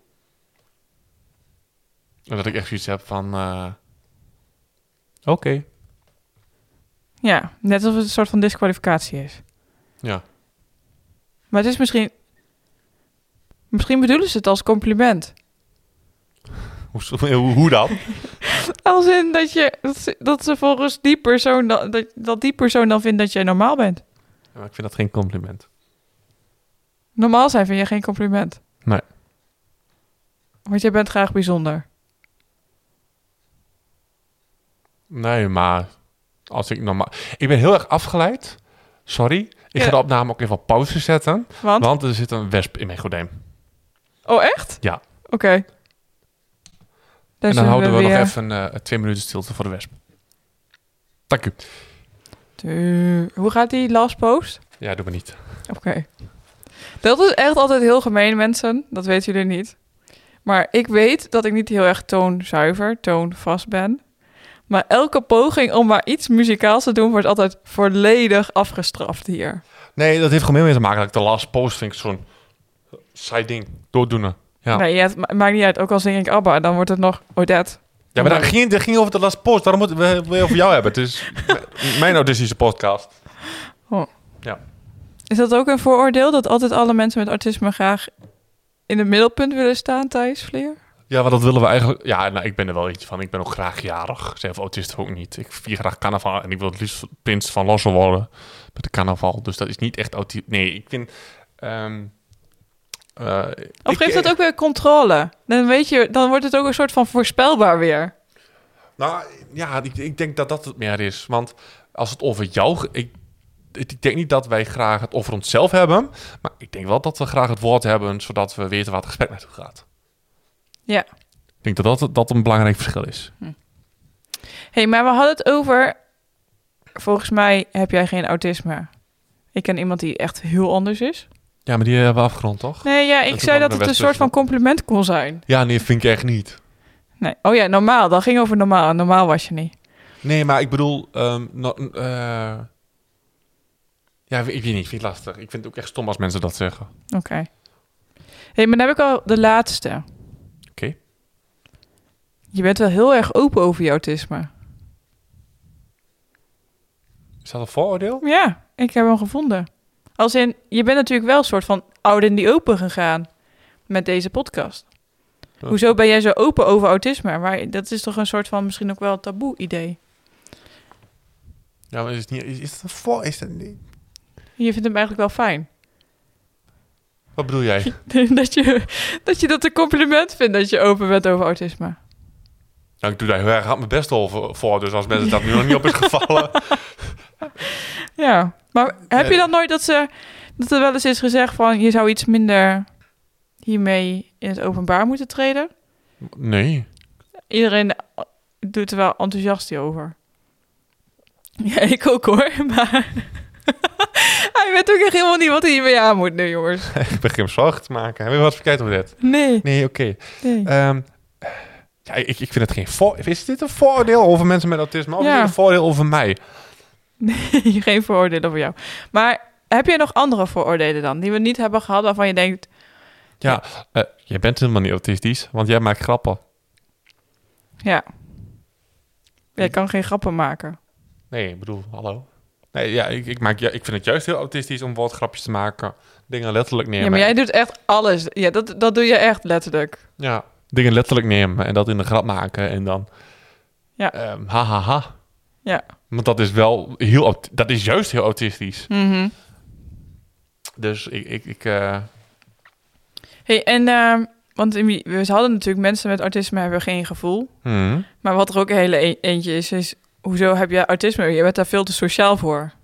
En dat ik echt zoiets heb van... Uh, Oké. Okay. Ja, net alsof het een soort van disqualificatie is. Ja. Maar het is misschien... Misschien bedoelen ze het als compliment. Hoe, hoe dan? Als in dat je... Dat ze, dat ze volgens die persoon... Dan, dat, dat die persoon dan vindt dat jij normaal bent. Ja, maar ik vind dat geen compliment. Normaal zijn vind je geen compliment. Nee. Want jij bent graag bijzonder. Nee, maar... Als ik normaal... Ik ben heel erg afgeleid. Sorry. Ik Ja. ga de opname ook even op pauze zetten. Want? Want er zit een wesp in mijn gordijn. Oh, echt? Ja. Oké. Okay. En dan houden we, we nog even uh, twee minuten stilte voor de wesp. Dank u. Uh, hoe gaat die last post? Ja, doe maar niet. Oké. Okay. Dat is echt altijd heel gemeen, mensen. Dat weten jullie niet. Maar ik weet dat ik niet heel erg toonzuiver, toonvast ben. Maar elke poging om maar iets muzikaals te doen... wordt altijd volledig afgestraft hier. Nee, dat heeft gewoon mee te maken. Dat ik de last post vind ik zo'n saai ding. Dooddoenen. Ja. Nee, ja, het maakt niet uit. Ook al zing ik ABBA, dan wordt het nog Odette. Ja, maar dat ging, dat ging over de last post. Waarom moeten we het over jou hebben? Het is mijn autistische podcast. Oh. Ja. Is dat ook een vooroordeel? Dat altijd alle mensen met autisme graag in het middelpunt willen staan, Thijs Vleer? Ja, maar dat willen we eigenlijk... Ja, nou, ik ben er wel eentje van. Ik ben ook graag jarig. Zelf autist ook niet. Ik vier graag carnaval. En ik wil het liefst prins van Losse worden. Met de carnaval. Dus dat is niet echt autistisch. Nee, ik vind... Um, uh, of geeft dat ook weer controle? Dan weet je, dan wordt het ook een soort van voorspelbaar weer. Nou, ja, ik, ik denk dat dat het meer is. Want als het over jou... Ik, ik denk niet dat wij graag het over onszelf hebben. Maar ik denk wel dat we graag het woord hebben... zodat we weten waar het gesprek naartoe gaat. Ja. Ik denk dat dat, dat een belangrijk verschil is. Hm. Hey, maar we hadden het over... Volgens mij heb jij geen autisme. Ik ken iemand die echt heel anders is. Ja, maar die hebben we afgerond, toch? Nee, ja, ik zei dat het een soort van compliment kon zijn. Ja, nee, vind ik echt niet. Nee. Oh ja, normaal. Dat ging over normaal. Normaal was je niet. Nee, maar ik bedoel... Um, no, uh, ja, ik weet niet. Ik vind het lastig. Ik vind het ook echt stom als mensen dat zeggen. Oké. Okay. Hey, maar dan heb ik al de laatste. Oké. Okay. Je bent wel heel erg open over je autisme. Is dat een vooroordeel? Ja, ik heb hem gevonden. Als in, je bent natuurlijk wel een soort van oud in die open gegaan met deze podcast. Oh. Hoezo ben jij zo open over autisme? Maar dat is toch een soort van misschien ook wel een taboe idee. Ja, maar is het niet... Is, is het een voor... Is dat niet... Je vindt hem eigenlijk wel fijn. Wat bedoel jij? dat, je, dat je dat een compliment vindt dat je open bent over autisme. Nou, ik doe daar heel erg mijn best over voor. Dus als mensen dat nu nog niet op is gevallen... Ja, Ja, maar heb je dan nooit dat, ze, dat er wel eens is gezegd van... je zou iets minder hiermee in het openbaar moeten treden? Nee. Iedereen doet er wel enthousiast over. Ja, ik ook hoor, maar... Hij weet ook echt helemaal niet wat hij hiermee aan moet nu, jongens. Ik begin me zorgen te maken. Hebben we wat verkeerd over dit? Nee. Nee, oké. nee. Okay. Ja, ik, ik vind het geen voor... Is dit een vooroordeel over mensen met autisme? Of Ja. is dit een vooroordeel over mij? Nee, geen vooroordelen over jou. Maar heb je nog andere vooroordelen dan? Die we niet hebben gehad, waarvan je denkt... Ja, uh, jij bent helemaal niet autistisch, want jij maakt grappen. Ja. Jij kan geen grappen maken. Nee, ik bedoel, hallo. Nee, ja, ik, ik, maak, ja, ik vind het juist heel autistisch om woordgrapjes te maken. Dingen letterlijk nemen. Ja, maar jij doet echt alles. Ja, dat, dat doe je echt letterlijk. Ja, dingen letterlijk nemen en dat in de grap maken en dan... Ja. Um, ha, ha, ha. Ja. Want dat is wel heel... aut- Dat is juist heel autistisch. Mm-hmm. Dus ik... ik, ik uh... Hey, en... Uh, want in, we hadden natuurlijk mensen met autisme hebben geen gevoel. Hmm. Maar wat er ook een hele e- eentje is, is... Hoezo heb je autisme? Je bent daar veel te sociaal voor.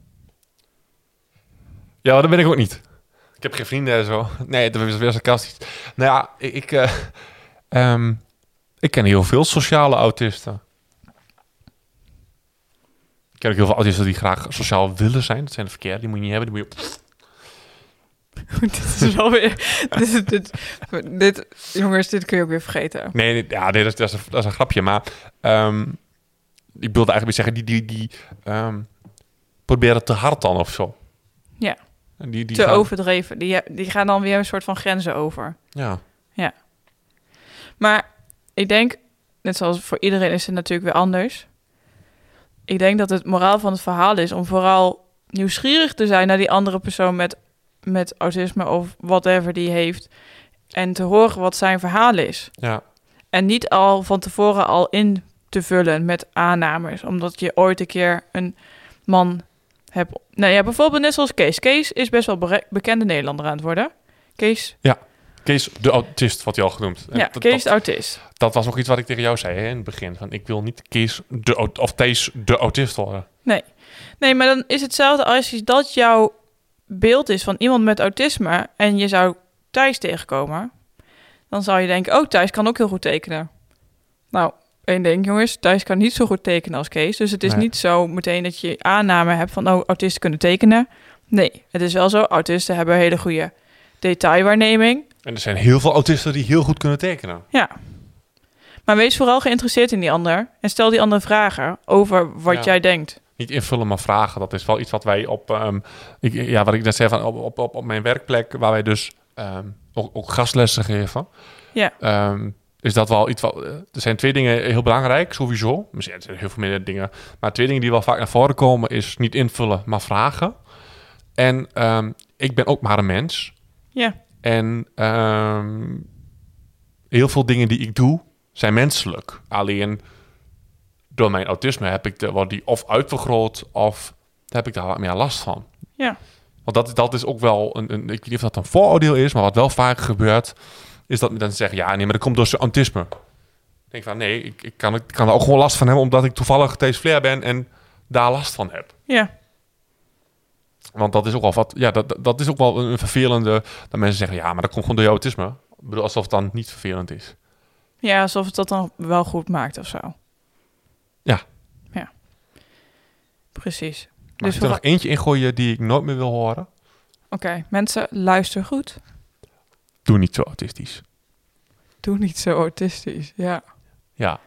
Ja, dat ben ik ook niet. Ik heb geen vrienden en zo. Nee, dat is weer sarcastisch. Nou ja, ik... Ik, uh, um, ik ken heel veel sociale autisten. Ik ken ook heel veel autisten die graag sociaal willen zijn. Dat zijn de verkeerde, die moet je niet hebben. Die moet je... Dit is wel weer... dit, dit, dit, jongens, dit kun je ook weer vergeten. Nee, nee, ja, nee dat, is, dat, is een, dat is een grapje. Maar um, ik wilde eigenlijk zeggen... die, die, die um, proberen te hard dan of zo. Ja, die, die te gaan... overdreven. Die, die gaan dan weer een soort van grenzen over. Ja. Ja. Maar ik denk, net zoals voor iedereen is het natuurlijk weer anders. Ik denk dat het moraal van het verhaal is om vooral nieuwsgierig te zijn naar die andere persoon met, met autisme of whatever die heeft. En te horen wat zijn verhaal is. Ja. En niet al van tevoren al in te vullen met aannames. Omdat je ooit een keer een man hebt... Nou ja, bijvoorbeeld net zoals Kees. Kees is best wel bere- bekende Nederlander aan het worden. Kees... Ja. Kees, de autist, wat hij al genoemd. En Ja, dat, Kees dat, de autist. Dat was nog iets wat ik tegen jou zei hè, in het begin. Van, ik wil niet Kees de, of Thijs de autist worden. Nee. Nee, maar dan is hetzelfde als dat jouw beeld is van iemand met autisme en je zou Thijs tegenkomen. Dan zou je denken, oh, Thijs kan ook heel goed tekenen. Nou, één ding, jongens. Thijs kan niet zo goed tekenen als Kees. Dus het is Nee. niet zo meteen dat je aanname hebt van, oh, autisten kunnen tekenen. Nee, het is wel zo. Autisten hebben een hele goede detailwaarneming. En er zijn heel veel autisten die heel goed kunnen tekenen. Ja. Maar wees vooral geïnteresseerd in die ander. En stel die andere vragen over wat Ja. jij denkt. Niet invullen, maar vragen. Dat is wel iets wat wij op... Um, ik, ja, wat ik net zei, van op, op, op, op mijn werkplek... waar wij dus um, ook, ook gastlessen geven... Ja. Um, is dat wel iets wat... Uh, er zijn twee dingen heel belangrijk, sowieso. Misschien er zijn heel veel meer dingen. Maar twee dingen die wel vaak naar voren komen... is niet invullen, maar vragen. En um, ik ben ook maar een mens. Ja. En um, heel veel dingen die ik doe... zijn menselijk. Alleen... door mijn autisme heb ik de, wat die of uitvergroot of heb ik daar wat meer last van. Ja. Want dat, dat is ook wel een, een... Ik weet niet of dat een vooroordeel is, maar wat wel vaak gebeurt... is dat men dan zeggen, ja, nee, maar dat komt door zijn autisme. Ik denk van, nee, ik, ik, kan, ik kan er ook gewoon last van hebben... omdat ik toevallig Thijs Flair ben en daar last van heb. Ja. Want dat is ook wel wat... Ja, dat, dat is ook wel een vervelende... dat mensen zeggen, ja, maar dat komt gewoon door je autisme. Ik bedoel, alsof het dan niet vervelend is. Ja, alsof het dat dan wel goed maakt of zo. Ja. Ja. Precies. Maar Dus ik er nog eentje ingooien die ik nooit meer wil horen? Oké, okay, mensen, luister goed. Doe niet zo autistisch. Doe niet zo autistisch, ja. Ja.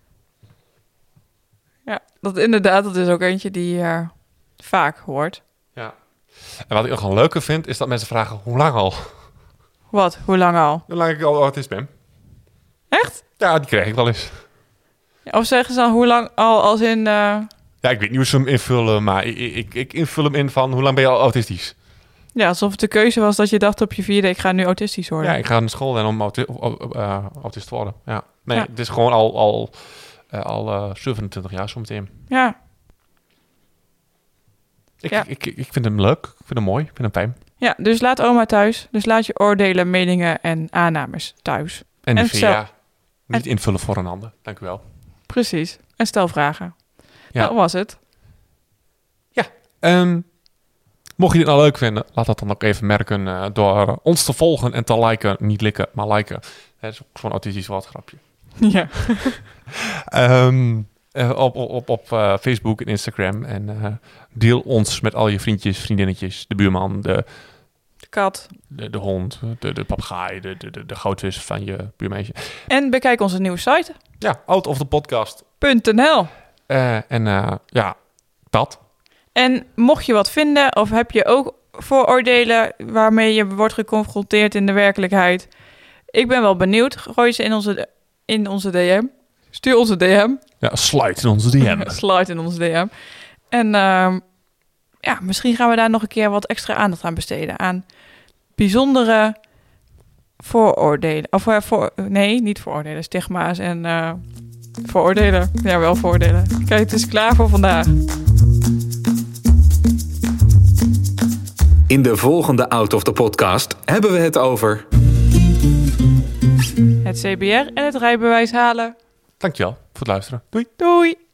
Ja, dat inderdaad, dat is ook eentje die je uh, vaak hoort. Ja. En wat ik nog een leuker vind, is dat mensen vragen, hoe lang al? Wat? Hoe lang al? Hoe lang ik al autist ben. Echt? Ja, die krijg ik wel eens. Ja, of zeggen ze dan hoe lang al als in... Uh... Ja, ik weet niet hoe ze hem invullen, maar ik, ik, ik invul hem in van, hoe lang ben je al autistisch? Ja, alsof het de keuze was dat je dacht op je vierde, ik ga nu autistisch worden. Ja, ik ga naar school en om auti- uh, autist te worden. Ja. Nee, Ja. het is gewoon al, al, uh, al uh, zevenentwintig jaar zometeen. Ja. Ik, Ja. ik, ik, ik vind hem leuk, ik vind hem mooi, ik vind hem fijn. Ja, dus laat oma thuis. Dus laat je oordelen, meningen en aannames thuis. En die En V A, zelf- niet invullen voor een ander. Dank u wel. Precies. En stel vragen. Ja. Dat was het. Um, Mocht je dit nou leuk vinden, laat dat dan ook even merken uh, door uh, ons te volgen en te liken. Niet likken, maar liken. Dat is ook zo'n autistisch woordgrapje. Ja. um, uh, op op, op uh, Facebook en Instagram. En uh, deel ons met al je vriendjes, vriendinnetjes, de buurman, de, de kat, de, de hond, de, de papegaai, de, de, de, de goudvis van je buurmeisje. En bekijk onze nieuwe site. Ja, out of the podcast. .nl. Uh, en uh, ja, dat. En mocht je wat vinden of heb je ook vooroordelen waarmee je wordt geconfronteerd in de werkelijkheid. Ik ben wel benieuwd. Gooi ze in onze, in onze D M. Stuur onze D M. Ja, slide in onze D M. Slide in onze D M. En uh, ja, misschien gaan we daar nog een keer wat extra aandacht aan besteden. Aan bijzondere vooroordelen. Of uh, voor, nee, niet vooroordelen. Stigma's en uh, vooroordelen. Ja, wel vooroordelen. Kijk, het is klaar voor vandaag. In de volgende Out of the Podcast hebben we het over het C B R en het rijbewijs halen. Dankjewel voor het luisteren. Doei. Doei.